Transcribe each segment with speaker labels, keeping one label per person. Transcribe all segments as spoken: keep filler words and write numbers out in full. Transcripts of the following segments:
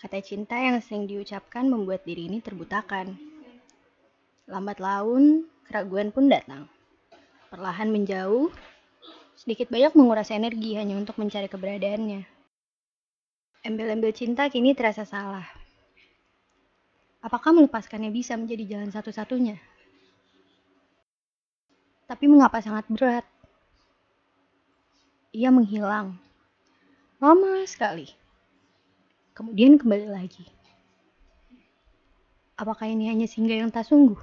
Speaker 1: Kata cinta yang sering diucapkan membuat diri ini terbutakan. Lambat laun, keraguan pun datang. Perlahan menjauh, sedikit banyak menguras energi hanya untuk mencari keberadaannya. Embel-embel cinta kini terasa salah. Apakah melepaskannya bisa menjadi jalan satu-satunya? Tapi mengapa sangat berat? Ia menghilang. Lama sekali. Kemudian kembali lagi. Apakah ini hanya singgah yang tak sungguh?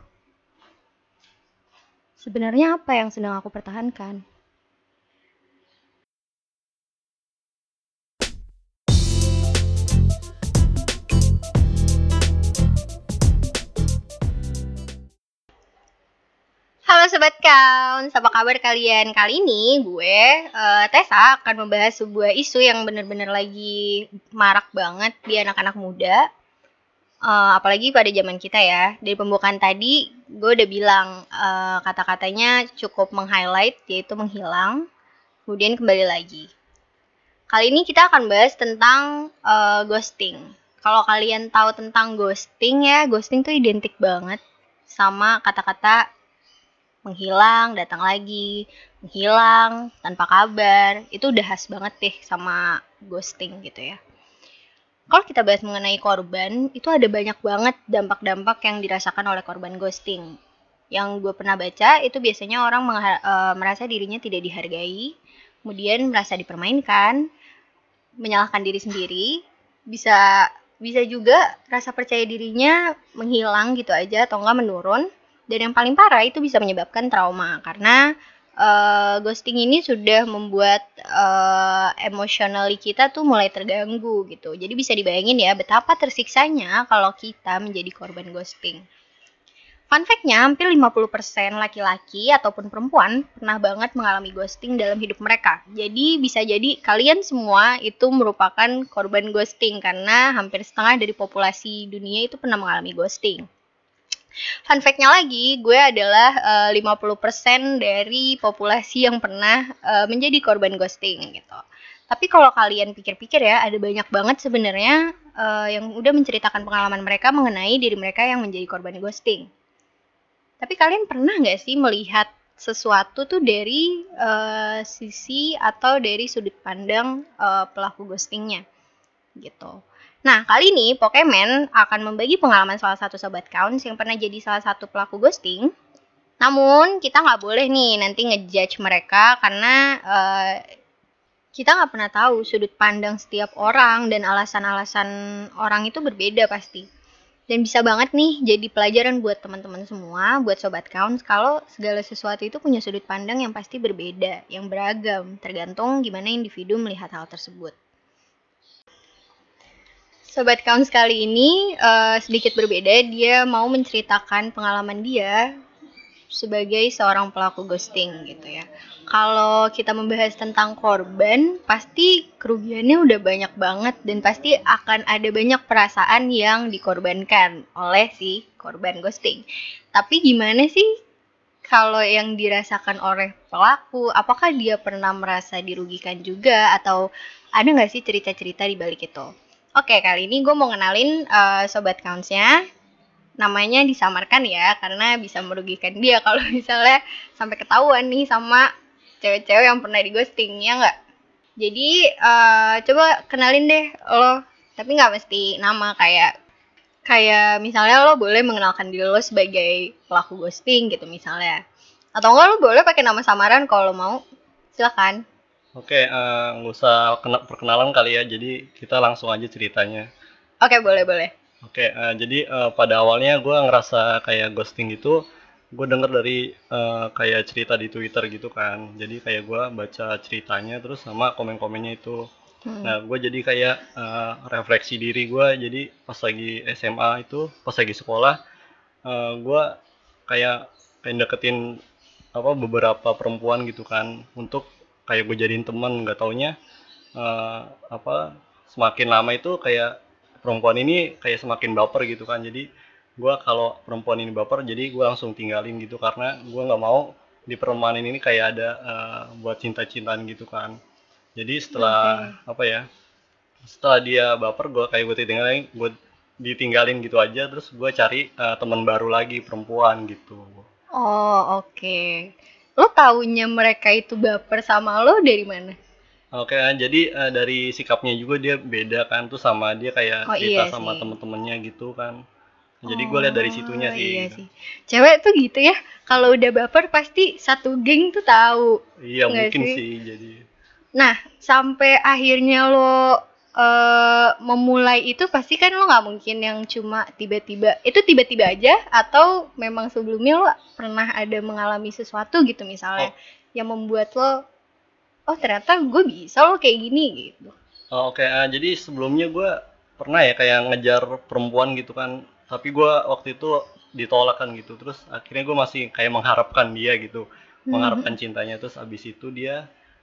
Speaker 1: Sebenarnya apa yang sedang aku pertahankan? Halo Sobat Couns, apa kabar kalian? Kali ini gue, uh, Tessa, akan membahas sebuah isu yang bener-bener lagi marak banget di anak-anak muda. Uh, apalagi pada zaman kita ya. Dari pembukaan tadi, gue udah bilang uh, kata-katanya cukup meng-highlight, yaitu menghilang, kemudian kembali lagi. Kali ini kita akan bahas tentang uh, ghosting. Kalau kalian tahu tentang ghosting ya, ghosting tuh identik banget sama kata-kata menghilang, datang lagi, menghilang, tanpa kabar. Itu udah khas banget deh sama ghosting gitu ya. Kalau kita bahas mengenai korban, itu ada banyak banget dampak-dampak yang dirasakan oleh korban ghosting. Yang gue pernah baca, itu biasanya orang mengha- e, merasa dirinya tidak dihargai, kemudian merasa dipermainkan, menyalahkan diri sendiri, bisa bisa juga rasa percaya dirinya menghilang gitu aja atau enggak menurun. Dan yang paling parah itu bisa menyebabkan trauma karena uh, ghosting ini sudah membuat uh, emotionally kita tuh mulai terganggu gitu. Jadi bisa dibayangin ya betapa tersiksanya kalau kita menjadi korban ghosting. Fun fact-nya, hampir lima puluh persen laki-laki ataupun perempuan pernah banget mengalami ghosting dalam hidup mereka. Jadi bisa jadi kalian semua itu merupakan korban ghosting karena hampir setengah dari populasi dunia itu pernah mengalami ghosting. Fun fact-nya lagi, gue adalah uh, lima puluh persen dari populasi yang pernah uh, menjadi korban ghosting gitu. Tapi kalau kalian pikir-pikir ya, ada banyak banget sebenarnya uh, yang udah menceritakan pengalaman mereka mengenai diri mereka yang menjadi korban ghosting. Tapi kalian pernah nggak sih melihat sesuatu tuh dari uh, sisi atau dari sudut pandang uh, pelaku ghostingnya gitu. Nah, kali ini Pokemon akan membagi pengalaman salah satu sobat Counts yang pernah jadi salah satu pelaku ghosting. Namun, kita nggak boleh nih nanti ngejudge mereka karena uh, kita nggak pernah tahu sudut pandang setiap orang dan alasan-alasan orang itu berbeda pasti. Dan bisa banget nih jadi pelajaran buat teman-teman semua, buat Sobat Counts, kalau segala sesuatu itu punya sudut pandang yang pasti berbeda, yang beragam, tergantung gimana individu melihat hal tersebut. Sobat Counts kali ini uh, sedikit berbeda, dia mau menceritakan pengalaman dia sebagai seorang pelaku ghosting gitu ya. Kalau kita membahas tentang korban, pasti kerugiannya udah banyak banget dan pasti akan ada banyak perasaan yang dikorbankan oleh si korban ghosting. Tapi gimana sih kalau yang dirasakan oleh pelaku? Apakah dia pernah merasa dirugikan juga atau ada nggak sih cerita-cerita di balik itu? Oke, kali ini gue mau ngenalin uh, sobat counts-nya. Namanya disamarkan ya karena bisa merugikan dia kalau misalnya sampai ketahuan nih sama cewek-cewek yang pernah di ghosting, ya nggak? Jadi uh, coba kenalin deh lo, tapi nggak mesti nama, kayak kayak misalnya lo boleh mengenalkan diri lo sebagai pelaku ghosting gitu misalnya, atau enggak lo boleh pakai nama samaran kalau lo mau, silakan.
Speaker 2: Oke, eh, nggak usah kena perkenalan kali ya, jadi kita langsung aja ceritanya.
Speaker 1: Oke, boleh boleh.
Speaker 2: Oke, eh, jadi eh, pada awalnya gue ngerasa kayak ghosting gitu, gue denger dari eh, kayak cerita di Twitter gitu kan. Jadi kayak gue baca ceritanya terus sama komen-komennya itu.
Speaker 1: hmm.
Speaker 2: Nah, gue jadi kayak eh, refleksi diri gue. Jadi pas lagi S M A itu, pas lagi sekolah, eh, gue kayak kayak deketin apa beberapa perempuan gitu kan untuk kayak gue jadiin teman, nggak taunya eh, apa semakin lama itu kayak perempuan ini kayak semakin baper gitu kan. Jadi gue kalau perempuan ini baper jadi gue langsung tinggalin gitu karena gue nggak mau di pertemanan ini kayak ada eh, buat cinta-cintaan gitu kan. Jadi
Speaker 1: Oke.
Speaker 2: setelah apa ya Setelah dia baper, gue kayak gue ditinggalin, gue ditinggalin gitu aja, terus gue cari eh, teman baru lagi perempuan gitu.
Speaker 1: Oh, oke. Lo taunya mereka itu baper sama lo dari mana?
Speaker 2: Oke, kan, jadi eh, dari sikapnya juga dia beda kan, tuh sama dia kayak
Speaker 1: Oh
Speaker 2: cerita
Speaker 1: iya
Speaker 2: sama
Speaker 1: sih.
Speaker 2: temen-temennya gitu kan. Jadi gue lihat dari situnya
Speaker 1: Oh
Speaker 2: sih.
Speaker 1: iya
Speaker 2: Gitu.
Speaker 1: sih. Cewek tuh gitu ya. Kalau udah baper pasti satu geng tuh tahu.
Speaker 2: Iya
Speaker 1: Nggak
Speaker 2: mungkin
Speaker 1: sih?
Speaker 2: sih jadi.
Speaker 1: Nah, sampai akhirnya lo eh, memulai itu pasti kan lo nggak mungkin yang cuma tiba-tiba. Itu tiba-tiba aja atau memang sebelumnya lo pernah ada mengalami sesuatu gitu misalnya
Speaker 2: Oh,
Speaker 1: yang membuat lo oh ternyata gue bisa lo kayak gini gitu.
Speaker 2: oh, oke. Ah, jadi sebelumnya gue pernah ya kayak ngejar perempuan gitu kan. Tapi gue waktu itu ditolak kan gitu. Terus akhirnya gue masih kayak mengharapkan dia gitu, mengharapkan
Speaker 1: Hmm.
Speaker 2: cintanya. Terus abis itu dia,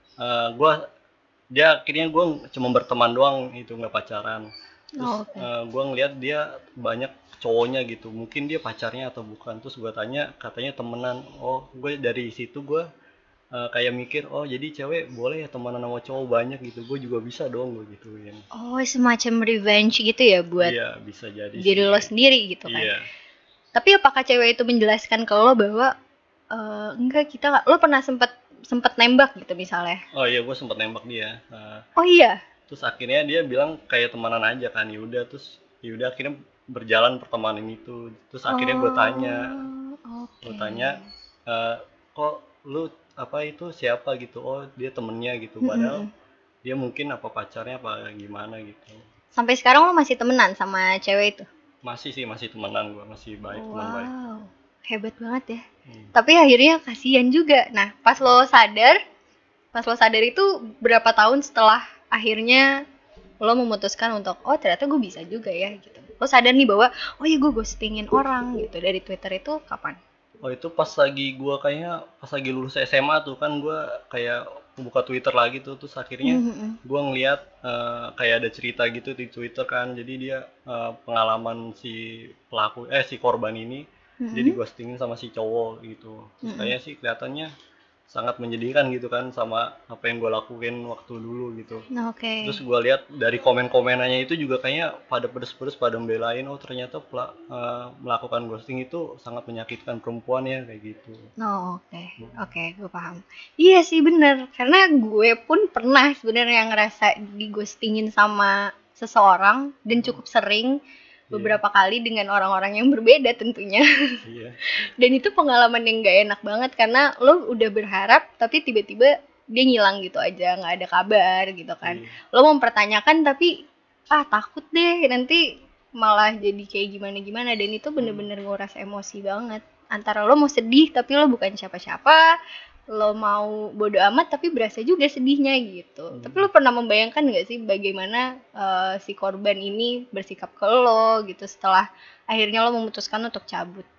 Speaker 2: eh gue dia akhirnya gue cuma berteman doang itu nggak pacaran. Terus
Speaker 1: Oh, oke.
Speaker 2: eh, gue ngeliat dia banyak cowoknya gitu. Mungkin dia pacarnya atau bukan. Terus gue tanya, katanya temenan. Oh, gue dari situ gue eh, kayak mikir, oh jadi cewek boleh ya temenan sama cowok banyak gitu, gue juga bisa dong gue gituin.
Speaker 1: Oh, semacam revenge gitu ya buat
Speaker 2: Iya bisa jadi
Speaker 1: diri
Speaker 2: sih.
Speaker 1: lo sendiri gitu kan.
Speaker 2: Iya.
Speaker 1: Tapi apakah cewek itu menjelaskan ke lo bahwa eh, enggak kita nggak, lo pernah sempet sempet nembak gitu misalnya?
Speaker 2: Oh iya gue sempet nembak dia. Nah,
Speaker 1: Oh iya.
Speaker 2: terus akhirnya dia bilang kayak temenan aja kan, yaudah. Terus yaudah akhirnya berjalan pertemanan itu. Terus akhirnya gue tanya,
Speaker 1: Oh,
Speaker 2: gue
Speaker 1: oke.
Speaker 2: tanya "Eh, kok lu apa itu siapa gitu, oh dia temennya gitu, padahal
Speaker 1: Mm-mm.
Speaker 2: dia mungkin apa pacarnya apa gimana gitu.
Speaker 1: Sampai sekarang lo masih temenan sama cewek itu?
Speaker 2: Masih sih, masih temenan, gue masih baik, teman baik.
Speaker 1: Wow, hebat banget ya.
Speaker 2: Hmm.
Speaker 1: Tapi akhirnya kasihan juga. Nah, pas lo sadar, pas lo sadar itu berapa tahun setelah akhirnya lo memutuskan untuk oh ternyata gue bisa juga ya gitu. Lo sadar nih bahwa oh iya gue ghostingin orang gitu dari Twitter itu kapan?
Speaker 2: Oh itu pas lagi gua kayaknya pas lagi lulus S M A tuh kan gua kayak buka Twitter lagi tuh, terus akhirnya
Speaker 1: Mm-mm.
Speaker 2: gua ngeliat eh, kayak ada cerita gitu di Twitter kan. Jadi dia eh, pengalaman si pelaku eh si korban ini dia
Speaker 1: Mm-mm.
Speaker 2: digostingin sama si cowok gitu. Terus
Speaker 1: Mm-mm.
Speaker 2: kayaknya sih kelihatannya sangat menyedihkan gitu kan sama apa yang gue lakuin waktu dulu gitu.
Speaker 1: Nah, oke.
Speaker 2: Terus gue lihat dari komen-komenannya itu juga kayaknya pada pedes-pedes pada membelain, oh ternyata pela- eh, melakukan ghosting itu sangat menyakitkan perempuan ya kayak gitu.
Speaker 1: Oh, oke. Oke, gue paham. Iya sih bener. Karena gue pun pernah sebenarnya ngerasa di-ghostingin sama seseorang dan
Speaker 2: Hmm,
Speaker 1: cukup sering
Speaker 2: iya,
Speaker 1: beberapa kali dengan orang-orang yang berbeda tentunya.
Speaker 2: iya,
Speaker 1: Dan itu pengalaman yang gak enak banget karena lo udah berharap tapi tiba-tiba dia ngilang gitu aja, nggak ada kabar gitu kan.
Speaker 2: iya.
Speaker 1: Lo mempertanyakan tapi ah takut deh nanti malah jadi kayak gimana-gimana dan itu
Speaker 2: Hmm,
Speaker 1: bener-bener nguras emosi banget. Antara lo mau sedih tapi lo bukan siapa-siapa, lo mau bodo amat tapi berasa juga sedihnya gitu. Tapi
Speaker 2: hmm.
Speaker 1: lo pernah membayangkan nggak sih bagaimana uh, si korban ini bersikap ke lo gitu setelah akhirnya lo memutuskan untuk cabut?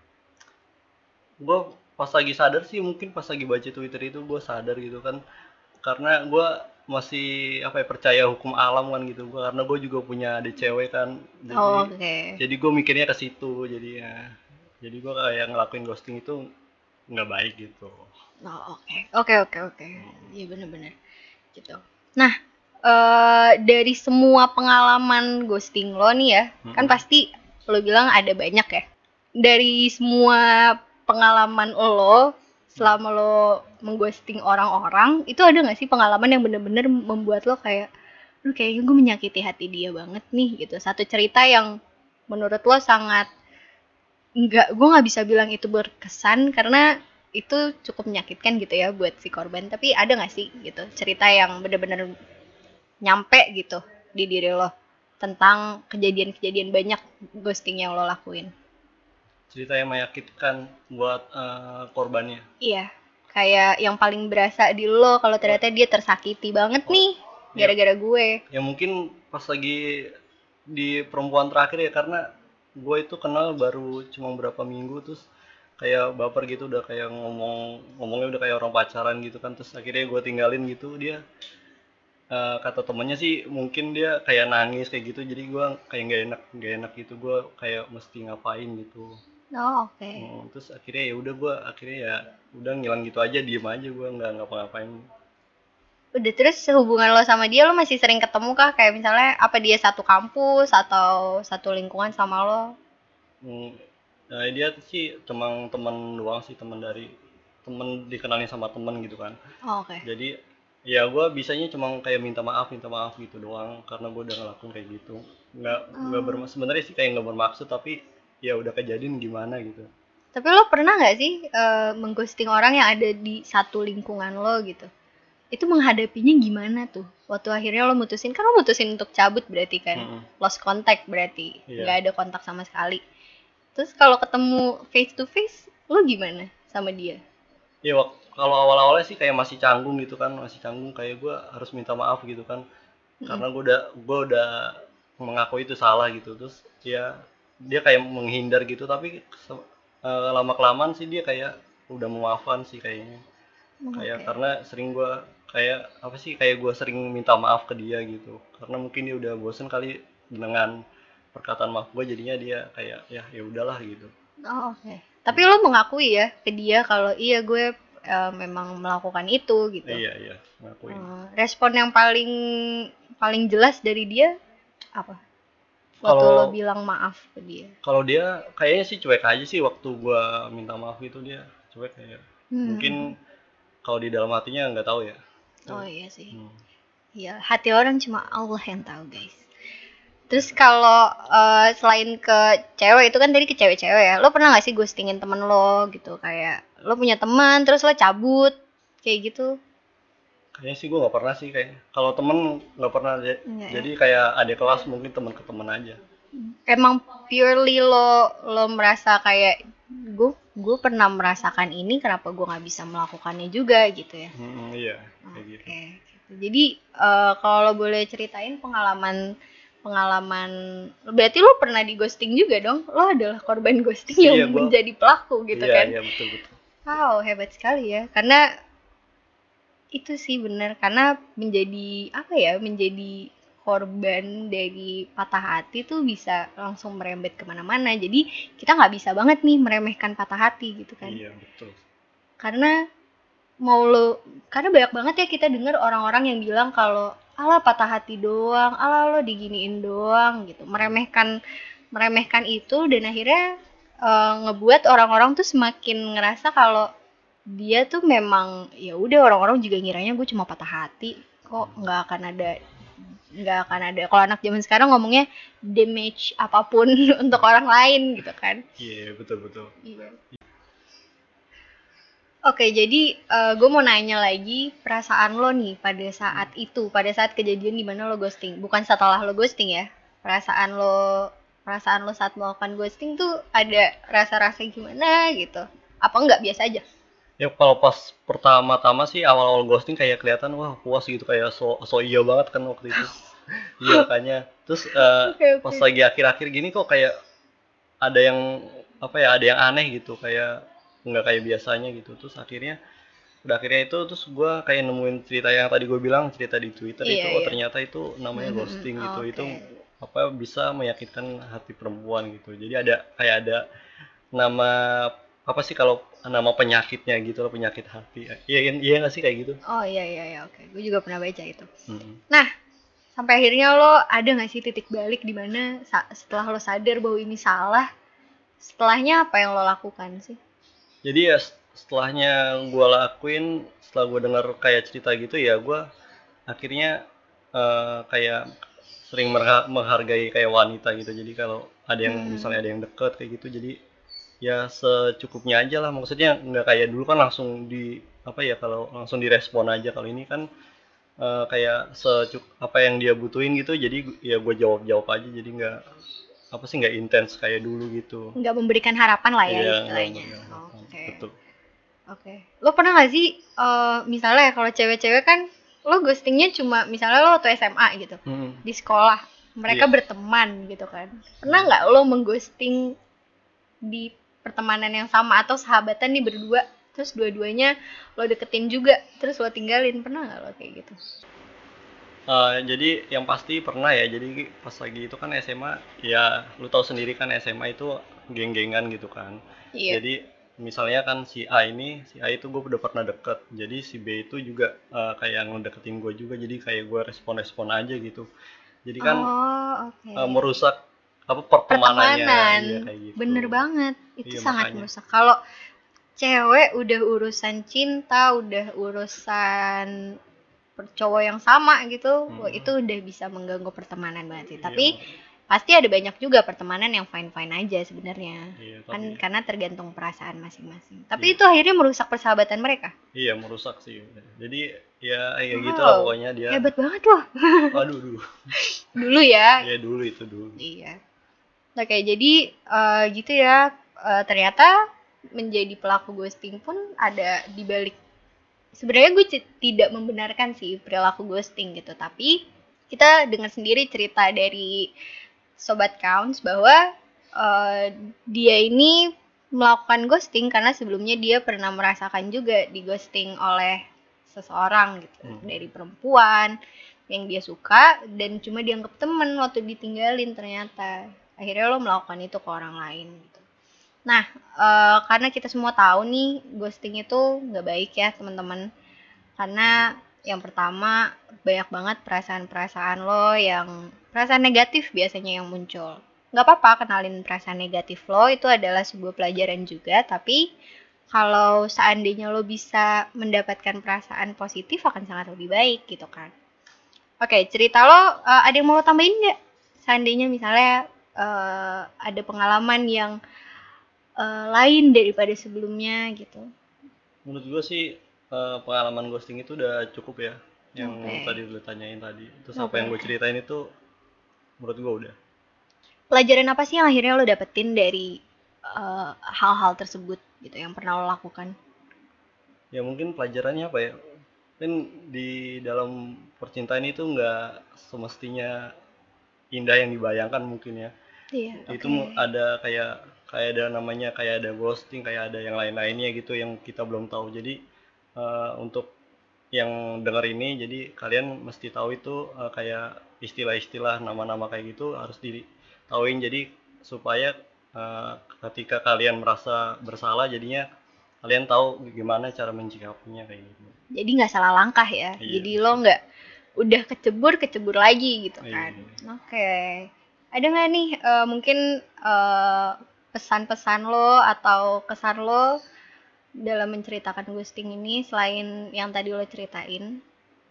Speaker 2: Gue pas lagi sadar sih mungkin pas lagi baca Twitter itu gue sadar gitu kan, karena gue masih apa ya percaya hukum alam kan gitu gua, karena gue juga punya adik cewek kan, jadi
Speaker 1: Oh, oke. Okay.
Speaker 2: jadi gue mikirnya ke situ jadi ya, jadi gue kayak ngelakuin ghosting itu nggak baik gitu.
Speaker 1: Oh, oke. Oke, oke, oke. Iya bener-bener gitu. Nah, eh dari semua pengalaman ghosting lo nih ya, kan
Speaker 2: Mm-mm.
Speaker 1: pasti lo bilang ada banyak ya. Dari semua pengalaman lo selama lo mengghosting orang-orang, itu ada gak sih pengalaman yang bener-bener membuat lo kayak, lu kayaknya gue menyakiti hati dia banget nih gitu. Satu cerita yang menurut lo sangat Enggak, gue nggak bisa bilang itu berkesan karena itu cukup menyakitkan gitu ya buat si korban. Tapi ada nggak sih gitu cerita yang bener-bener nyampe gitu di diri lo tentang kejadian-kejadian banyak ghosting yang lo lakuin?
Speaker 2: Cerita yang menyakitkan buat eh, korbannya.
Speaker 1: Iya, kayak yang paling berasa di lo kalau
Speaker 2: Oh,
Speaker 1: ternyata dia tersakiti banget
Speaker 2: oh
Speaker 1: nih
Speaker 2: ya,
Speaker 1: gara-gara gue.
Speaker 2: ya mungkin pas lagi di perempuan terakhir ya, karena gue itu kenal baru cuma berapa minggu, terus kayak baper gitu, udah kayak ngomong ngomongnya udah kayak orang pacaran gitu kan, terus akhirnya gue tinggalin gitu. Dia eh, kata temennya sih mungkin dia kayak nangis kayak gitu, jadi gue kayak nggak enak nggak enak gitu, gue kayak mesti ngapain gitu.
Speaker 1: Oh, oke. Okay.
Speaker 2: Hmm, terus akhirnya ya udah gue akhirnya ya udah ngilang gitu aja, diem aja, gue nggak ngapa-ngapain.
Speaker 1: Udah, terus hubungan lo sama dia, lo masih sering ketemu kah? Kayak misalnya apa dia satu kampus atau satu lingkungan sama lo?
Speaker 2: Hmm, nah, dia sih cuma teman doang sih, teman dari temen dikenalin sama temen gitu kan.
Speaker 1: Oh, oke.
Speaker 2: Jadi ya gue bisanya cuma kayak minta maaf minta maaf gitu doang karena gue udah ngelakuin kayak gitu. Nggak nggak
Speaker 1: Oh.
Speaker 2: bermaksud, sebenarnya sih kayak nggak bermaksud, tapi ya udah kejadian gimana gitu.
Speaker 1: Tapi lo pernah nggak sih eh, mengghosting orang yang ada di satu lingkungan lo gitu? Itu menghadapinya gimana tuh? Waktu akhirnya lo mutusin, kan lo mutusin untuk cabut berarti kan?
Speaker 2: Mm-mm.
Speaker 1: Lost contact berarti, nggak
Speaker 2: Iya.
Speaker 1: ada kontak sama sekali. Terus kalau ketemu face to face, lo gimana sama dia?
Speaker 2: Iya, wak- kalau awal-awalnya sih kayak masih canggung gitu kan, masih canggung kayak gue harus minta maaf gitu kan,
Speaker 1: Mm-mm.
Speaker 2: karena gue udah gue udah mengakui itu salah gitu. Terus ya dia kayak menghindar gitu, tapi lama kelamaan sih dia kayak udah memaafkan sih kayaknya. Kayak
Speaker 1: Oke.
Speaker 2: karena sering gue kayak apa sih, kayak gue sering minta maaf ke dia gitu, karena mungkin dia udah bosen kali dengan perkataan maaf gue, jadinya dia kayak ya ya udahlah gitu.
Speaker 1: Oh, oke. Tapi lo mengakui ya ke dia kalau iya gue eh, memang melakukan itu gitu.
Speaker 2: Iya iya, ngakuin.
Speaker 1: Eh, respon yang paling paling jelas dari dia apa? Waktu lo
Speaker 2: Kalau
Speaker 1: bilang maaf ke dia.
Speaker 2: Kalau dia kayaknya sih cuek aja sih waktu gua minta maaf gitu, dia cuek kayak.
Speaker 1: Hmm.
Speaker 2: Mungkin kalau di dalam hatinya nggak tahu ya.
Speaker 1: Oh
Speaker 2: Tuh.
Speaker 1: iya sih.
Speaker 2: Hmm.
Speaker 1: Iya, hati orang cuma Allah yang tahu, guys. Terus kalau eh, selain ke cewek itu kan tadi ke cewek-cewek ya. Lo pernah gak sih ghostingin temen lo gitu? Kayak lo punya teman terus lo cabut kayak gitu?
Speaker 2: Kayaknya sih gua nggak pernah sih kayaknya. Kalau temen nggak pernah. Ja-
Speaker 1: Enggak ya.
Speaker 2: Jadi kayak adik kelas mungkin teman ke teman aja.
Speaker 1: Emang purely lo lo merasa kayak gue gue pernah merasakan ini, kenapa gue nggak bisa melakukannya juga gitu ya?
Speaker 2: Hmm, iya kayak gitu.
Speaker 1: Oke, gitu. Jadi eh, kalau lo boleh ceritain pengalaman pengalaman berarti lo pernah di ghosting juga dong? Lo adalah korban ghosting yang
Speaker 2: Iya gua.
Speaker 1: menjadi pelaku gitu
Speaker 2: Iya
Speaker 1: kan?
Speaker 2: iya, betul betul.
Speaker 1: Wow, hebat sekali ya. Karena itu sih benar, karena menjadi apa ya? Menjadi korban dari patah hati tuh bisa langsung merembet kemana-mana. Jadi kita nggak bisa banget nih meremehkan patah hati gitu kan?
Speaker 2: Iya betul.
Speaker 1: Karena mau lo karena banyak banget ya kita dengar orang-orang yang bilang kalau alah patah hati doang, alah lo diginiin doang gitu, meremehkan meremehkan itu, dan akhirnya eh, ngebuat orang-orang tuh semakin ngerasa kalau dia tuh memang ya udah, orang-orang juga ngiranya gue cuma patah hati kok, nggak akan ada nggak akan ada, kalau anak zaman sekarang ngomongnya damage apapun untuk orang lain gitu kan.
Speaker 2: Iya betul betul.
Speaker 1: Iya. Oke, jadi uh, gue mau nanya lagi perasaan lo nih pada saat itu, pada saat kejadian di mana lo ghosting, bukan setelah lo ghosting ya. Perasaan lo, perasaan lo saat melakukan ghosting tuh ada rasa-rasa gimana gitu? Apa enggak biasa aja?
Speaker 2: Ya kalau pas pertama-tama sih awal-awal ghosting kayak kelihatan wah puas gitu, kayak so so iya banget kan waktu itu. Iya makanya. Terus eh,
Speaker 1: Oke,
Speaker 2: pas
Speaker 1: oke.
Speaker 2: lagi akhir-akhir gini kok kayak ada yang apa ya, ada yang aneh gitu, kayak nggak kayak biasanya gitu. Terus akhirnya udah akhirnya itu terus gue kayak nemuin cerita yang tadi gue bilang, cerita di Twitter itu,
Speaker 1: Iya,
Speaker 2: oh
Speaker 1: iya.
Speaker 2: ternyata itu namanya
Speaker 1: Mhm,
Speaker 2: ghosting gitu. Itu
Speaker 1: oke.
Speaker 2: apa, bisa menyakitkan hati perempuan gitu. Jadi ada kayak ada nama apa sih, kalau nama penyakitnya gitu loh, penyakit hati. Iya kan, iya nggak sih kayak gitu.
Speaker 1: Oh iya, iya, iya, oke. Gue juga pernah baca itu.
Speaker 2: Mm.
Speaker 1: Nah, sampai akhirnya lo ada nggak sih titik balik di mana sa- setelah lo sadar bahwa ini salah, setelahnya apa yang lo lakukan sih?
Speaker 2: Jadi ya setelahnya gue lakuin, setelah gue dengar kayak cerita gitu ya, gue akhirnya eh, kayak sering menghargai kayak wanita gitu. Jadi kalau ada yang
Speaker 1: Hmm.
Speaker 2: misalnya ada yang deket kayak gitu, jadi ya secukupnya aja lah. Maksudnya nggak kayak dulu kan langsung di apa ya, kalau langsung direspon aja. Kalau ini kan eh, kayak secuk apa yang dia butuhin gitu, jadi ya gue jawab jawab aja, jadi nggak apa sih, nggak intens kayak dulu gitu.
Speaker 1: Nggak memberikan harapan lah ya
Speaker 2: Iya, nggak
Speaker 1: istilahnya.
Speaker 2: memberikan harapan.
Speaker 1: Oke.
Speaker 2: Betul.
Speaker 1: Oke. Lo pernah nggak sih eh, misalnya kalau cewek-cewek kan lo ghostingnya cuma misalnya lo waktu S M A gitu
Speaker 2: Hmm.
Speaker 1: di sekolah mereka
Speaker 2: Iya.
Speaker 1: berteman gitu kan. Pernah nggak lo mengghosting di pertemanan yang sama atau sahabatan nih berdua, terus dua-duanya lo deketin juga terus lo tinggalin, pernah nggak lo kayak gitu?
Speaker 2: Eh, jadi yang pasti pernah ya. Jadi pas lagi itu kan S M A, ya lu tahu sendiri kan S M A itu geng-gengan gitu kan.
Speaker 1: Iya.
Speaker 2: Jadi misalnya kan si A ini, si A itu gue udah pernah deket, jadi si B itu juga eh, kayak ngedeketin gue juga, jadi kayak gue respon-respon aja gitu. Jadi kan
Speaker 1: Oh, oke.
Speaker 2: eh, merusak apa pertemanannya,
Speaker 1: Pertemanan,
Speaker 2: iya kayak
Speaker 1: bener
Speaker 2: gitu.
Speaker 1: banget. Itu
Speaker 2: Iya
Speaker 1: sangat
Speaker 2: makanya.
Speaker 1: merusak. Kalau cewek udah urusan cinta, udah urusan per- cowok yang sama gitu, wah,
Speaker 2: Mm,
Speaker 1: itu udah bisa mengganggu pertemanan banget sih.
Speaker 2: iya
Speaker 1: Tapi
Speaker 2: mak-
Speaker 1: pasti ada banyak juga pertemanan yang fine-fine aja sebenarnya.
Speaker 2: iya
Speaker 1: Kan
Speaker 2: tapi
Speaker 1: karena tergantung perasaan masing-masing. Tapi
Speaker 2: iya
Speaker 1: itu akhirnya merusak persahabatan mereka.
Speaker 2: iya merusak sih. Jadi ya ya gitulah
Speaker 1: Wow,
Speaker 2: pokoknya dia.
Speaker 1: hebat banget loh.
Speaker 2: Aduh, duh.
Speaker 1: Dulu ya.
Speaker 2: Iya dulu itu dulu.
Speaker 1: Iya. Oke, jadi eh, gitu ya. Eh, ternyata menjadi pelaku ghosting pun ada di balik. Sebenarnya gue c- tidak membenarkan sih perilaku ghosting gitu, tapi kita dengar sendiri cerita dari Sobat Counts bahwa eh, dia ini melakukan ghosting karena sebelumnya dia pernah merasakan juga di ghosting oleh seseorang gitu,
Speaker 2: Hmm.
Speaker 1: dari perempuan yang dia suka dan cuma dianggap temen waktu ditinggalin, ternyata akhirnya lo melakukan itu ke orang lain gitu. Nah, eh, karena kita semua tahu nih ghosting itu nggak baik ya teman-teman, karena yang pertama banyak banget perasaan-perasaan lo yang perasaan negatif biasanya yang muncul. Nggak apa-apa kenalin perasaan negatif lo, itu adalah sebuah pelajaran juga, tapi kalau seandainya lo bisa mendapatkan perasaan positif akan sangat lebih baik gitu kan. Oke, cerita lo eh, ada yang mau lo tambahin nggak? Seandainya misalnya eh, ada pengalaman yang eh, lain daripada sebelumnya gitu.
Speaker 2: Menurut gue sih eh, pengalaman ghosting itu udah cukup ya. Yang
Speaker 1: Oke.
Speaker 2: tadi lu tanyain tadi. Terus apa yang gue
Speaker 1: Oke.
Speaker 2: ceritain itu menurut gue udah.
Speaker 1: Pelajaran apa sih yang akhirnya lo dapetin dari eh, hal-hal tersebut gitu yang pernah lo lakukan?
Speaker 2: Ya mungkin pelajarannya apa ya? Kan di dalam percintaan itu nggak semestinya indah yang dibayangkan mungkin ya.
Speaker 1: Iya,
Speaker 2: Itu
Speaker 1: oke.
Speaker 2: ada kayak kayak ada namanya kayak ada ghosting, kayak ada yang lain-lainnya gitu yang kita belum tahu. Jadi eh, untuk yang dengar ini, jadi kalian mesti tahu itu eh, kayak istilah-istilah nama-nama kayak gitu harus ditauin, jadi supaya eh, ketika kalian merasa bersalah jadinya kalian tahu gimana cara menyikapinya kayak gitu.
Speaker 1: Jadi nggak salah langkah ya.
Speaker 2: Iya
Speaker 1: Jadi lo
Speaker 2: betul.
Speaker 1: nggak udah kecebur kecebur lagi gitu kan.
Speaker 2: Iya.
Speaker 1: Oke. Ada nggak nih eh, mungkin eh, pesan-pesan lo atau kesan lo dalam menceritakan ghosting ini selain yang tadi lo ceritain?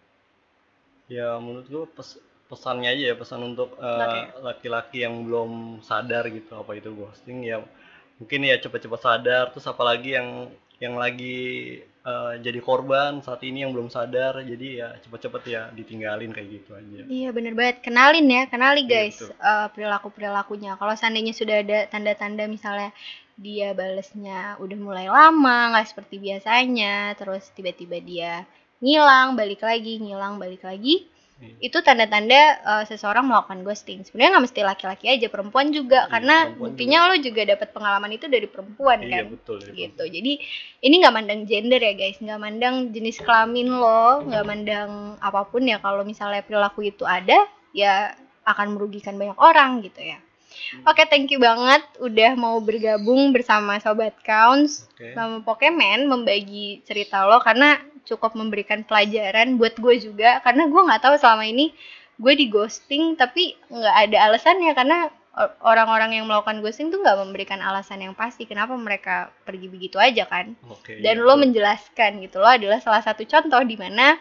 Speaker 2: Ya menurut gue pes- pesannya aja ya, pesan untuk eh,
Speaker 1: Oke.
Speaker 2: laki-laki yang belum sadar gitu apa itu ghosting ya, mungkin ya cepet-cepet sadar. Terus apalagi yang yang lagi eh, jadi korban saat ini yang belum sadar, jadi ya cepet-cepet ya ditinggalin kayak gitu aja.
Speaker 1: Iya bener banget, kenalin ya, kenali
Speaker 2: Iya
Speaker 1: guys
Speaker 2: betul.
Speaker 1: eh, perilaku-perilakunya. Kalau seandainya sudah ada tanda-tanda misalnya dia balesnya udah mulai lama, nggak seperti biasanya, terus tiba-tiba dia ngilang, balik lagi, ngilang, balik lagi,
Speaker 2: Iya.
Speaker 1: itu tanda-tanda eh, seseorang melakukan ghosting. Sebenarnya nggak mesti laki-laki aja, perempuan juga,
Speaker 2: Iya,
Speaker 1: karena
Speaker 2: perempuan juga.
Speaker 1: buktinya lo juga dapat pengalaman itu dari perempuan
Speaker 2: Iya
Speaker 1: kan,
Speaker 2: betul dari
Speaker 1: gitu.
Speaker 2: perempuan.
Speaker 1: Jadi ini nggak mandang gender ya guys, nggak mandang jenis kelamin lo, nggak mandang apapun ya. Kalau misalnya perilaku itu ada, ya akan merugikan banyak orang gitu ya. Oke, thank you banget udah mau bergabung bersama Sobat Counts
Speaker 2: Oke.
Speaker 1: sama Pokemon, membagi cerita lo karena cukup memberikan pelajaran buat gue juga, karena gue nggak tahu selama ini gue di ghosting tapi nggak ada alasannya, karena orang-orang yang melakukan ghosting tuh nggak memberikan alasan yang pasti kenapa mereka pergi begitu aja kan.
Speaker 2: Oke, iya
Speaker 1: Dan lo
Speaker 2: betul.
Speaker 1: menjelaskan gitu, lo adalah salah satu contoh di mana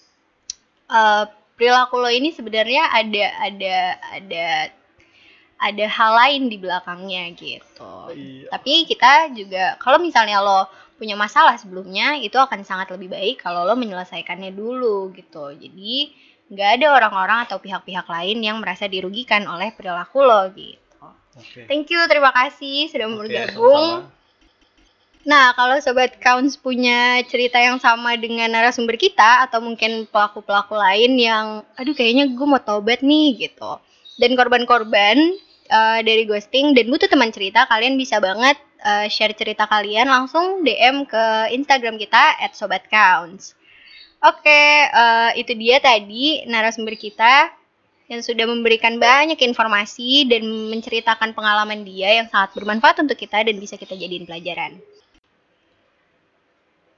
Speaker 1: uh, perilaku lo ini sebenarnya ada ada ada ada hal lain di belakangnya gitu.
Speaker 2: Iya.
Speaker 1: Tapi kita juga kalau misalnya lo punya masalah sebelumnya, itu akan sangat lebih baik kalau lo menyelesaikannya dulu gitu. Jadi nggak ada orang-orang atau pihak-pihak lain yang merasa dirugikan oleh perilaku lo gitu.
Speaker 2: Oke.
Speaker 1: Thank you, terima kasih sudah
Speaker 2: Oke,
Speaker 1: bergabung.
Speaker 2: sama-sama.
Speaker 1: Nah, kalau Sobat Counts punya cerita yang sama dengan narasumber kita, atau mungkin pelaku-pelaku lain yang, aduh kayaknya gue mau tobat nih gitu, dan korban-korban uh, dari ghosting, dan butuh teman cerita, kalian bisa banget uh, share cerita kalian langsung D M ke Instagram kita at Sobat Counts. Oke, uh, itu dia tadi narasumber kita yang sudah memberikan banyak informasi dan menceritakan pengalaman dia yang sangat bermanfaat untuk kita dan bisa kita jadiin pelajaran.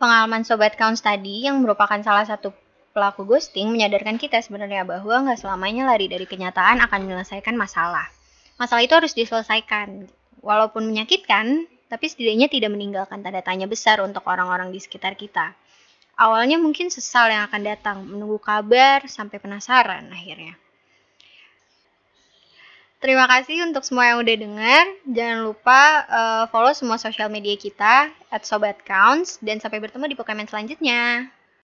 Speaker 1: Pengalaman Sobat Counts tadi yang merupakan salah satu pelaku ghosting menyadarkan kita sebenarnya bahwa nggak selamanya lari dari kenyataan akan menyelesaikan masalah. Masalah itu harus diselesaikan. Walaupun menyakitkan, tapi setidaknya tidak meninggalkan tanda tanya besar untuk orang-orang di sekitar kita. Awalnya mungkin sesal yang akan datang, menunggu kabar, sampai penasaran akhirnya. Terima kasih untuk semua yang udah denger. Jangan lupa uh, follow semua sosial media kita at sobatcounts dan sampai bertemu di Pokemon selanjutnya.